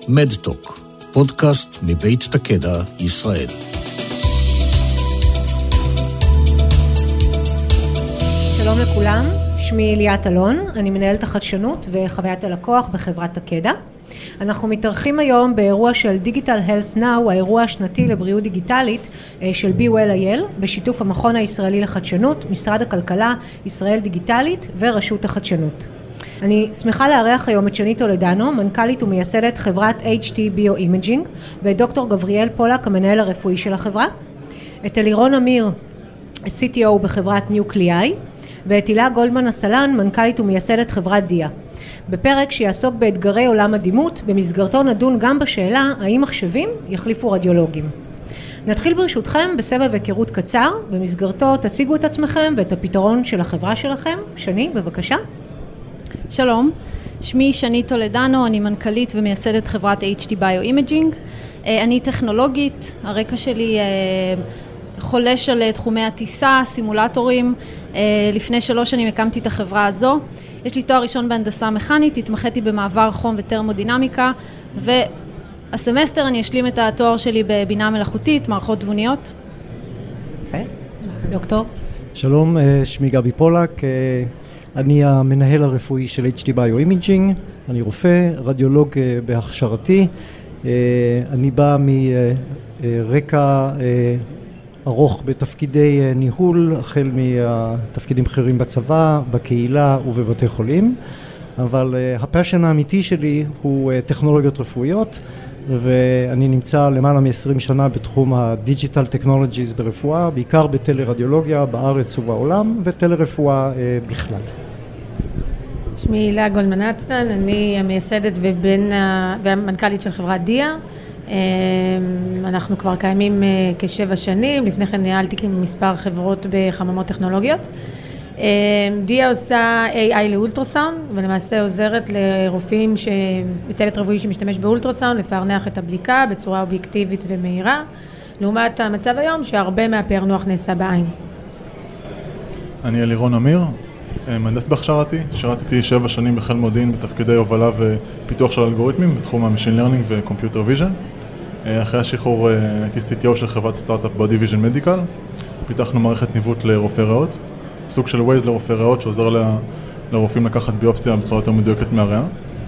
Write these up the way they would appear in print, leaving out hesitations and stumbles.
מדטוק, פודקאסט מבית תקדע, ישראל. שלום לכולם, שמי ליאת אלון, אני מנהלת החדשנות וחוויית הלקוח בחברת תקדע. אנחנו מתארחים היום באירוע של Digital Health Now, האירוע השנתי לבריאות דיגיטלית של BeWell בשיתוף המכון הישראלי לחדשנות, משרד הכלכלה, ישראל דיגיטלית ורשות החדשנות. אני שמחה לארח היום את שני טולדנו, מנכ"לית ומייסדת חברת HT Bioimaging, ואת דוקטור גבריאל פולק, המנהל הרפואי של החברה, את אלירון אמיר, CTO בחברת ניוקליאי, ואת הילה גולדמן הסלן, מנכ"לית ומייסדת חברת דיה. בפרק שיעסוק באתגרי עולם הדימות, במסגרתו נדון גם בשאלה האם מחשבים יחליפו רדיולוגים. נתחיל ברשותכם בסבב היכרות קצר, במסגרתו תציגו את עצמכם ואת הפתרון של החברה שלכם. שני, בבקשה. שלום, שמי שני טולדנו, אני מנכ"לית ומייסדת חברת HT Bioimaging. אני טכנולוגית, הרקע שלי חולש על תחומי הטיסה, סימולטורים. לפני 3 שנים הקמתי את החברה הזו. יש לי תואר ראשון בהנדסה מכנית, התמחיתי במעבר חום וטרמודינמיקה, והסמסטר אני אשלים את התואר שלי בבינה מלאכותית, מערכות תבוניות. יפה. דוקטור. שלום, שמי גבי פולק. אני המנהל הרפואי של HT Bioimaging, אני רופא, רדיולוג בהכשרתי. אני בא מרקע ארוך בתפקידי ניהול, החל מתפקידים בכירים בצבא, בקהילה ובבתי חולים, אבל הפשן האמיתי שלי הוא טכנולוגיות רפואיות, ואני נמצא למעלה מ-20 שנה בתחום הדיג'יטל טכנולוגיז ברפואה, בעיקר בטלרדיולוגיה בארץ ובעולם, וטלרפואה בכלל. שמי הילה גולדמן הסלן, אני המייסדת והמנכ"לית של חברת דיה. אנחנו כבר קיימים כ7 שנים, לפני כן ניהלתי מספר חברות בחממות טכנולוגיות. דיה עושה AI לאולטרסאונד, ולמעשה עוזרת לרופאים בצוות רפואי שמשתמש באולטרסאונד לפענח את הבדיקה בצורה אובייקטיבית ומהירה, לעומת המצב היום שהרבה מהפענוח נעשה בעין. אני אלירון אמיר, מהנדס בהכשרתי, שירתתי 7 שנים בחיל מודיעין בתפקידי הובלה ופיתוח של אלגוריתמים בתחום ה-Machine Learning ו-Computer Vision. אחרי השחרור הייתי CTO של חברת הסטארט-אפ Body Vision Medical. פיתחנו מערכת ניווט לרופאי ריאות, סוג של Waze לרופאי ריאות שעוזר לרופאים לקחת ביופסיה בצורה יותר מדויקת מהריאה.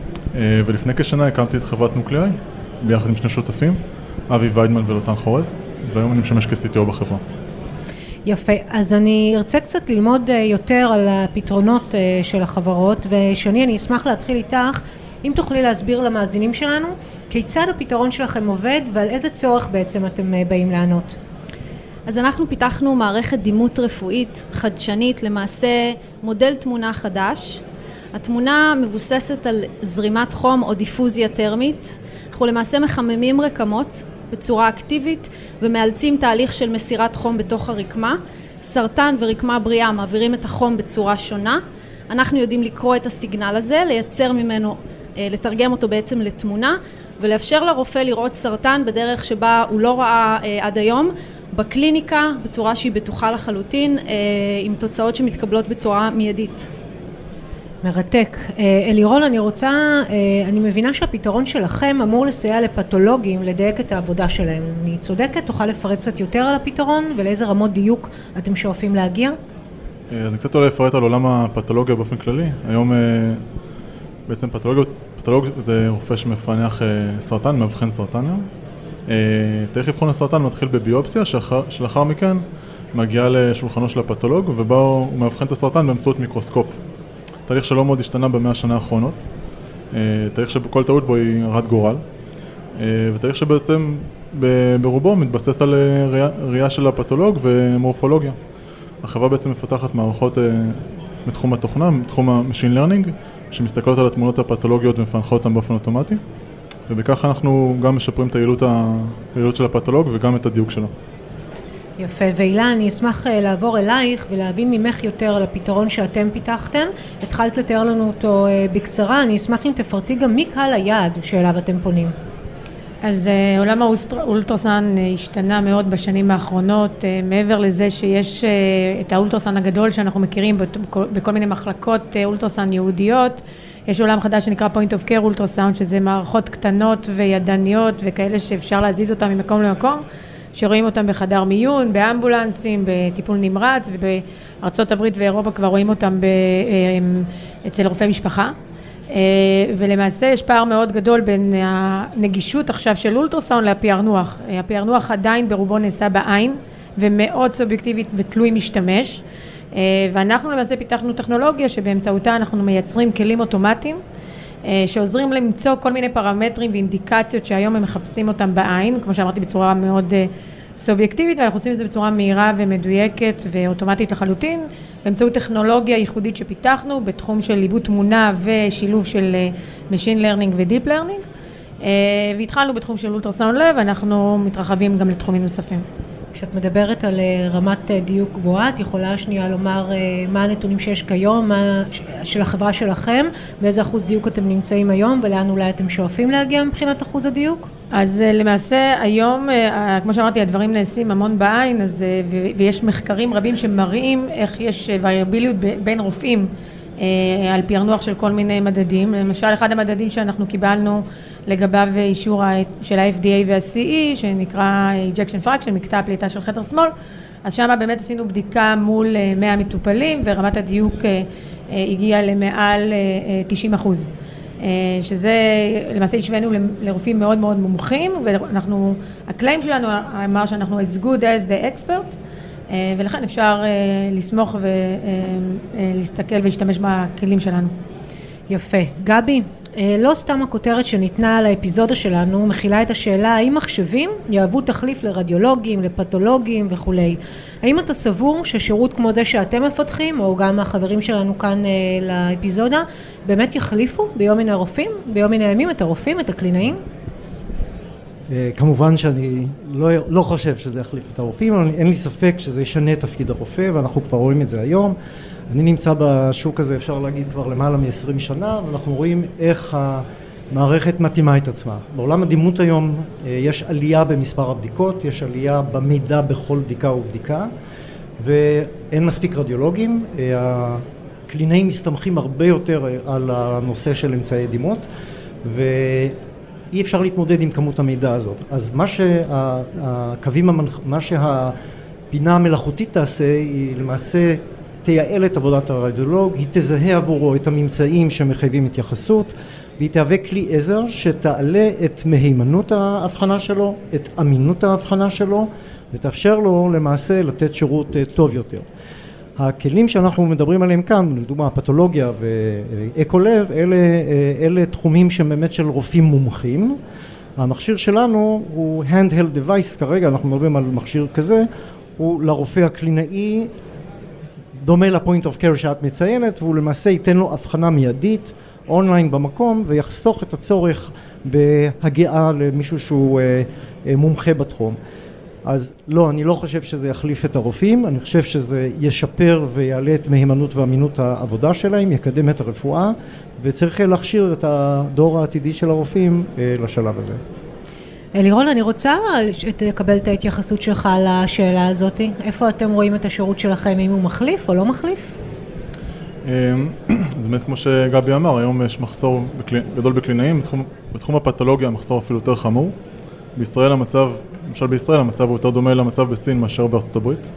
ולפני כשנה הקמתי את חברת ניוקליאי ביחד עם 2 שותפים, אבי ויידמן ולוטן חורב, והיום אני משמש כ-CTO בחברה. יפה, אז אני ארצה קצת ללמוד יותר על הפתרונות של החברות, ושני, אני אשמח להתחיל איתך, אם תוכלי להסביר למאזינים שלנו, כיצד הפתרון שלכם עובד ועל איזה צורך בעצם אתם באים לענות. אז אנחנו פיתחנו מערכת דימות רפואית חדשנית, למעשה מודל תמונה חדש. התמונה מבוססת על זרימת חום או דיפוזיה טרמית. אנחנו למעשה מחממים רקמות בצורה אקטיבית ומאלצים תהליך של מסירת חום בתוך הרקמה. סרטן ורקמה בריאה מעבירים את החום בצורה שונה. אנחנו יודעים לקרוא את הסיגנל הזה, לייצר ממנו, לתרגם אותו בעצם לתמונה, ולאפשר לרופא לראות סרטן בדרך שבה הוא לא ראה עד היום, בקליניקה, בצורה שהיא בטוחה לחלוטין, עם תוצאות שמתקבלות בצורה מיידית. מרתק. אלירון, אני מבינה שהפתרון שלכם אמור לסייע לפתולוגים לדייק את העבודה שלהם. אני צודקת? תוכל לפרט קצת יותר על הפתרון ולאיזה רמות דיוק אתם שואפים להגיע? אז אני קצת אולי לפרט על עולם הפתולוגיה באופן כללי. היום בעצם פתולוג זה רופא שמפענח סרטן, מאבחן סרטן. תהליך אבחון הסרטן מתחיל בביופסיה, שלאחר מכן מגיעה לשולחנו של הפתולוג, ובה הוא מאבחן את הסרטן באמצעות מיקרוסקופ. תהליך שלא מאוד השתנה ב100 השנה האחרונות, תהליך שכל טעות בו היא הרת גורל, ותהליך שבעצם ברובו מתבסס על ראייה של הפתולוג ומורפולוגיה. החברה בעצם מפתחת מערכות מתחום התוכנה, מתחום ה-Machine Learning, שמסתכלות על התמונות הפתולוגיות ומפענחות אותן באופן אוטומטי, ובכך אנחנו גם משפרים את היעילות של הפתולוג וגם את הדיוק שלו. יפה, ואילה, אני אשמח לעבור אלייך ולהבין ממך יותר על הפתרון שאתם פיתחתם. התחלת לתאר לנו אותו בקצרה, אני אשמח אם תפרטי גם מי קהל היעד שאליו אתם פונים. אז עולם האולטרסאונד השתנה מאוד בשנים האחרונות, מעבר לזה שיש את האולטרסאונד הגדול שאנחנו מכירים בכל מיני מחלקות אולטרסאונד יהודיות, יש עולם חדש שנקרא Point of Care אולטרסאונד, שזה מערכות קטנות וידניות וכאלה שאפשר להזיז אותם ממקום למקום, שרואים אותם בחדר מיון, באמבולנסים, בטיפול נמרץ, ובארצות הברית ואירופה כבר רואים אותם אצל רופאי משפחה. ולמעשה יש פער מאוד גדול בין הנגישות עכשיו של אולטרסאונד לפענוח. הפענוח עדיין ברובו נעשה בעין ומאוד סובייקטיבית ותלוי משתמש, ואנחנו למעשה פיתחנו טכנולוגיה שבאמצעותה אנחנו מייצרים כלים אוטומטיים שעוזרים למצוא כל מיני פרמטרים ואינדיקציות שהיום הם מחפשים אותם בעין, כמו שאמרתי, בצורה מאוד סובייקטיבית, ואנחנו עושים את זה בצורה מהירה ומדויקת ואוטומטית לחלוטין, באמצעות טכנולוגיה ייחודית שפיתחנו בתחום של עיבוד תמונה ושילוב של Machine Learning ו-Deep Learning, והתחלנו בתחום של אולטרסאונד לב, ואנחנו מתרחבים גם לתחומים נוספים. כשאת מדברת על רמת דיוק גבוהה, את יכולה שנייה לומר מה הנתונים שיש כיום, של החברה שלכם, באיזה אחוז דיוק אתם נמצאים היום, ולאן אולי אתם שואפים להגיע מבחינת אחוז הדיוק? אז למעשה היום, כמו שאמרתי, הדברים נעשים המון בעין, ויש מחקרים רבים שמראים איך יש וריאביליות בין רופאים על פענוח של כל מיני מדדים. למשל, אחד המדדים שאנחנו קיבלנו לגביו אישור של ה-FDA וה-CE, שנקרא ejection fraction, מקטע הפליטה של חדר שמאל, אז שם באמת עשינו בדיקה מול 100 מטופלים, ורמת הדיוק הגיעה למעל 90%. שזה למעשה השווינו לרופאים מאוד מאוד מומחים, ואנחנו, הקליים שלנו אמר שאנחנו as good as the experts, ולכן אפשר לסמוך ולהסתכל ולהשתמש בכלים שלנו. יפה. גבי, לא סתם הכותרת שניתנה על האפיזודה שלנו מכילה את השאלה האם מחשבים יהוו תחליף לרדיולוגים, לפתולוגים וכו'. האם אתה סבור ששירות כמו זה שאתם מפתחים, או גם החברים שלנו כאן לאפיזודה, באמת יחליפו ביום מן הרופאים, ביום מן הימים את הרופאים, את הקלינאים? כמובן שאני לא חושב שזה יחליף את הרופאים, אבל אין לי ספק שזה ישנה את תפקיד הרופא, ואנחנו כבר רואים את זה היום. אני נמצא בשוק הזה, אפשר להגיד, כבר למעלה מ-20 שנה, ואנחנו רואים איך המערכת מתאימה את עצמה. בעולם הדימות היום יש עלייה במספר הבדיקות, יש עלייה במידע בכל בדיקה ובדיקה, ואין מספיק רדיולוגים. הקלינאים מסתמכים הרבה יותר על הנושא של אמצעי דימות, ואי אפשר להתמודד עם כמות המידע הזאת. אז מה שהבינה המלאכותית תעשה, היא למעשה תייעל את עבודת הרדיולוג, היא תזהה עבורו את הממצאים שמחייבים התייחסות, והיא תהווה כלי עזר שתעלה את מהימנות ההבחנה שלו, את אמינות ההבחנה שלו, ותאפשר לו למעשה לתת שירות טוב יותר. הכלים שאנחנו מדברים עליהם כאן, לדוגמה פתולוגיה ואקו-לב, אלה תחומים שהם באמת של רופאים מומחים. המכשיר שלנו הוא handheld device, כרגע אנחנו מדברים על מכשיר כזה, הוא לרופא הקלינאי, דומה לפוינט אוף קר שאת מציינת, והוא למעשה ייתן לו הבחנה מיידית, אונליין במקום, ויחסוך את הצורך בהגיעה למישהו שהוא מומחה בתחום. אז לא, אני לא חושב שזה יחליף את הרופאים, אני חושב שזה ישפר ויעלה את מהימנות ואמינות העבודה שלהם, יקדם את הרפואה, וצריך להכשיר את הדור העתידי של הרופאים לשלב הזה. לירון, אני רוצה לקבל את ההתייחסות שלך לשאלה הזאת. איפה אתם רואים את השירות שלכם, אם הוא מחליף או לא מחליף? אז באמת כמו שגבי אמר, היום יש מחסור גדול בקלינאים, בתחום הפתולוגיה המחסור אפילו יותר חמור. בישראל המצב, למשל בישראל המצב הוא יותר דומה למצב בסין מאשר בארצות הברית.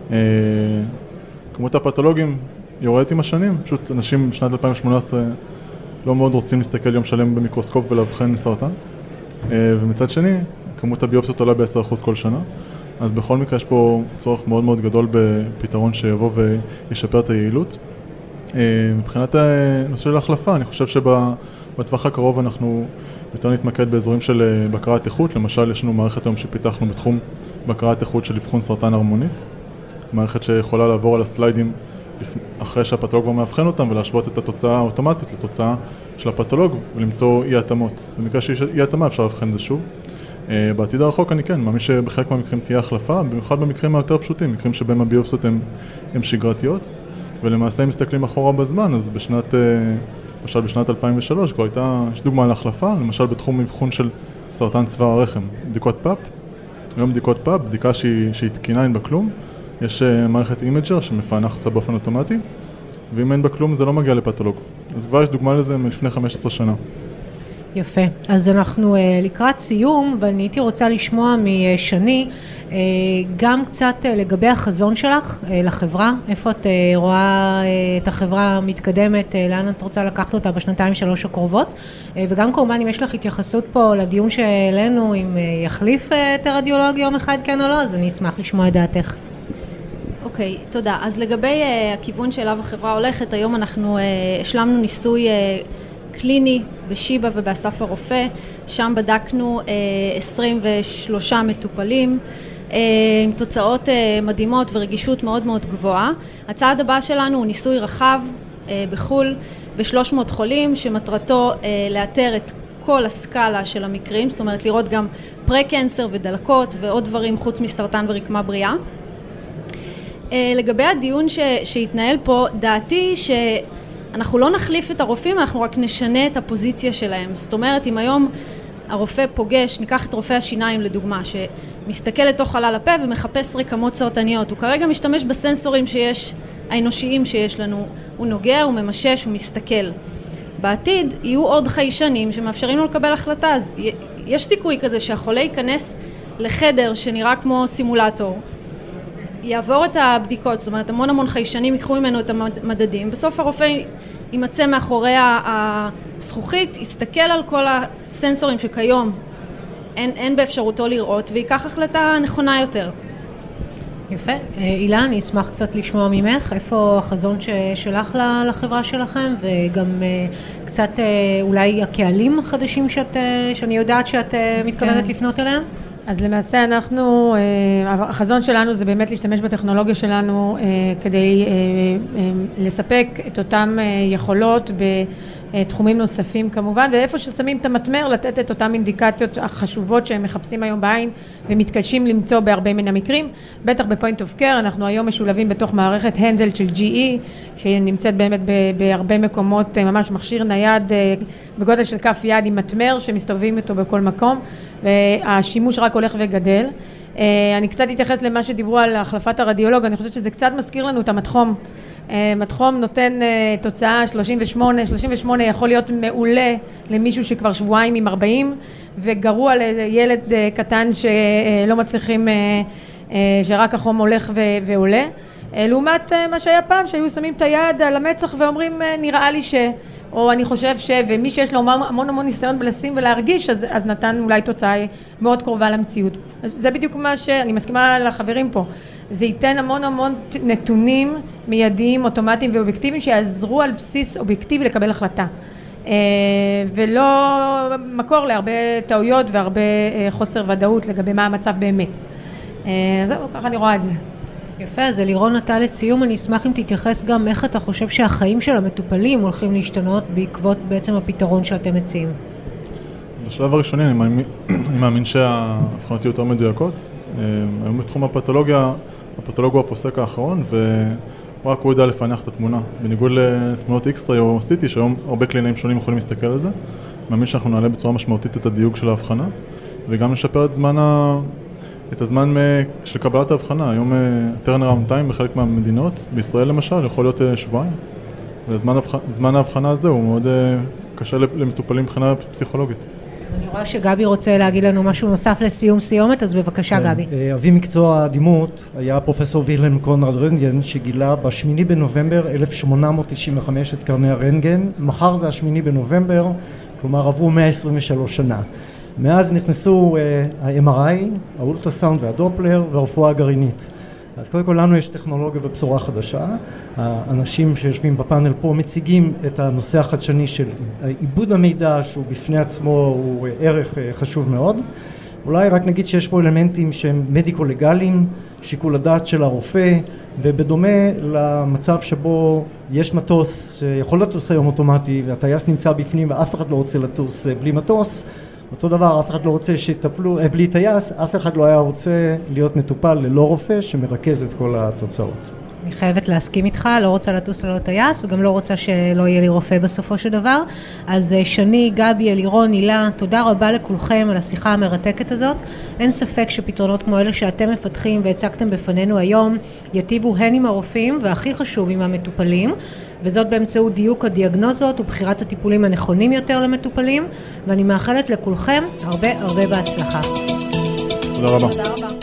כמות הפתולוגים יורדת עם השנים, פשוט אנשים בשנת 2018 לא מאוד רוצים להסתכל יום שלם במיקרוסקופ ולאבחן סרטן. ומצד שני, כמות הביופסיות עולה ב10% כל שנה, אז בכל מקרה יש פה צורך מאוד מאוד גדול בפתרון שיבוא וישפר את היעילות. מבחינת הנושא של ההחלפה, אני חושב שבטווח הקרוב אנחנו יותר נתמקד באזורים של בקרת איכות, למשל יש לנו מערכת היום שפיתחנו בתחום בקרת איכות של אבחון סרטן הרמונית, מערכת שיכולה לעבור על הסליידים אחרי שהפתולוג כבר מאבחן אותם ולהשוות את התוצאה האוטומטית לתוצאה של הפתולוג ולמצוא אי התאמות. במקרה שיש אי התאמה אפשר להבחן את זה שוב. בעתיד הרחוק אני כן, מאמין שבחלק מהמקרים תהיה החלפה, במיוחד במקרים היותר פשוטים, מקרים שבהם הביופסיות הן שגרתיות, ולמעשה אם מסתכלים אחורה בזמן, אז בשנת למשל בשנת 2003 כבר יש דוגמה להחלפה, למשל בתחום מבחון של סרטן צוואר הרחם, בדיקות פאפ. היום בדיקות פאפ, בדיקה שהיא תקינה, אין בה כלום. יש מערכת אימג'ר שמפענח אותה באופן אוטומטי, ואם אין בה כלום זה לא מגיע לפתולוג. אז כבר יש דוגמה לזה מלפני 15 שנה. יפה. אז אנחנו לקראת סיום, ואני הייתי רוצה לשמוע משני, גם קצת לגבי החזון שלך לחברה, איפה את רואה את החברה מתקדמת, לאן את רוצה לקחת אותה בשנתיים-שלוש הקרובות, וגם כמובן אם יש לך התייחסות פה לדיון שהעלינו, אם יחליף את הרדיולוג יום אחד כן או לא, אז אני אשמח לשמוע את דעתך. אוקיי, תודה. אז לגבי הכיוון שאליו החברה הולכת, היום אנחנו השלמנו ניסוי קליני בשיבא ובאסף הרופא, שם בדקנו 23 מטופלים עם תוצאות מדהימות ורגישות מאוד מאוד גבוהה. הצעד הבא שלנו הוא ניסוי רחב בחול ב-300 חולים שמטרתו לאתר את כל הסקאלה של המקרים, זאת אומרת לראות גם פרה-קנסר ודלקות ועוד דברים חוץ מסרטן ורקמה בריאה. לגבי הדיון שהתנהל פה, דעתי שאנחנו לא נחליף את הרופאים, אנחנו רק נשנה את הפוזיציה שלהם. זאת אומרת, אם היום הרופא פוגש, ניקח את רופא השיניים לדוגמה, שמסתכל לתוך חלל הפה ומחפש רקמות סרטניות, הוא כרגע משתמש בסנסורים האנושיים שיש לנו, הוא נוגע, הוא ממשש, הוא מסתכל. בעתיד יהיו עוד חיישנים שמאפשרים לו לקבל החלטה, אז יש סיכוי כזה שהחולה ייכנס לחדר שנראה כמו סימולטור, יעבור את הבדיקות, זאת אומרת המון חיישנים ייקחו ממנו את המדדים, בסוף הרופא יימצא מאחורי הזכוכית, יסתכל על כל הסנסורים שכיום אין באפשרותו לראות ויקח החלטה נכונה יותר. יפה. אילה, אני אשמח קצת לשמוע ממך, איפה החזון שלך לחברה שלכם, וגם קצת אולי הקהלים החדשים שאני יודעת שאת מתכוונת לפנות אליהם? אז למעשה החזון שלנו זה באמת להשתמש בטכנולוגיה שלנו כדי לספק את אותם יכולות בתחומים נוספים כמובן, ואיפה ששמים את המטמר לתת את אותם אינדיקציות החשובות שהם מחפשים היום בעין ומתקשים למצוא בהרבה מן המקרים, בטח בפוינט אוף קר. אנחנו היום משולבים בתוך מערכת הנדל של GE שנמצאת באמת בהרבה מקומות, ממש מכשיר נייד בגודל של כף יד עם מטמר שמסתובבים אותו בכל מקום, והשימוש רק הולך וגדל. אני קצת אתייחס למה שדיברו על החלפת הרדיולוג, אני חושבת שזה קצת מזכיר לנו את המתחום. מתחום נותן תוצאה 38 יכול להיות מעולה למישהו שכבר שבועיים עם 40, וגרוע לילד קטן שלא מצליחים, שרק החום הולך ועולה. לעומת מה שהיה פעם, שהיו שמים את היד על המצח ואומרים נראה לי או אני חושב ומי שיש לו המון ניסיון בלשים ולהרגיש, אז נתן אולי תוצאה מאוד קרובה למציאות. זה בדיוק מה שאני מסכימה לחברים פה. זה ייתן המון נתונים מיידיים, אוטומטיים ואובייקטיביים שיעזרו על בסיס אובייקטיבי לקבל החלטה. ולא מקור להרבה טעויות והרבה חוסר ודאות לגבי מה המצב באמת. זהו, ככה אני רואה את זה. יפה, אז לירון נתן לסיום, אני אשמח אם תתייחס גם איך אתה חושב שהחיים של המטופלים הולכים להשתנות בעקבות בעצם הפתרון שאתם מציעים. בשלב הראשוני אני מאמין שההבחנות יהיו יותר מדויקות. היום בתחום הפתולוגיה, הפתולוג הוא הפוסק האחרון, ורק הוא יודע לפענח את התמונה. בניגוד לתמונות X-ray או CT, שהיום הרבה קלינאים שונים יכולים להסתכל על זה, מאמין שאנחנו נעלה בצורה משמעותית את הדיוק של ההבחנה, וגם לשפר את הזמן של קבלת ההבחנה. היום turnaround time בחלק מהמדינות, בישראל למשל, יכול להיות שבועיים. וזמן ההבחנה הזה הוא מאוד קשה למטופלים מבחינה פסיכולוגית. אני רואה שגבי רוצה להגיד לנו משהו נוסף לסיום סיומת, אז בבקשה גבי. אבי מקצוע הדימות היה פרופסור וילהלם קונרד רנטגן, שגילה ב8 בנובמבר 1895 את קרני הרנטגן. מחר זה ה8 בנובמבר, כלומר עברו 123 שנה. מאז נכנסו ה-MRI, האולטרסאונד והדופלר והרפואה הגרעינית. אז קודם כל לנו יש טכנולוגיה ובשורה חדשה. האנשים שיושבים בפאנל פה מציגים את הנושא החדשני של עיבוד המידע, שהוא בפני עצמו הוא ערך חשוב מאוד. אולי רק נגיד שיש פה אלמנטים שהם מדיקו-לגליים, שיקול הדעת של הרופא, ובדומה למצב שבו יש מטוס שיכול לטוס היום אוטומטי, והטייס נמצא בפנים ואף אחד לא רוצה לטוס בלי מטוס, אותו דבר, אף אחד לא רוצה שיטפלו, בלי טייס, אף אחד לא היה רוצה להיות מטופל ללא רופא שמרכז את כל התוצאות. אני חייבת להסכים איתך, לא רוצה לטוס ללא טייס, וגם לא רוצה שלא יהיה לי רופא בסופו של דבר. אז שני, גבי, אלירון, הילה, תודה רבה לכולכם על השיחה המרתקת הזאת. אין ספק שפתרונות כמו אלה שאתם מפתחים והצגתם בפנינו היום, יטיבו הן עם הרופאים, והכי חשוב עם המטופלים, וזאת באמצעות דיוק הדיאגנוזות ובחירת הטיפולים הנכונים יותר למטופלים, ואני מאחלת לכולכם הרבה בהצלחה. תודה רבה. תודה רבה.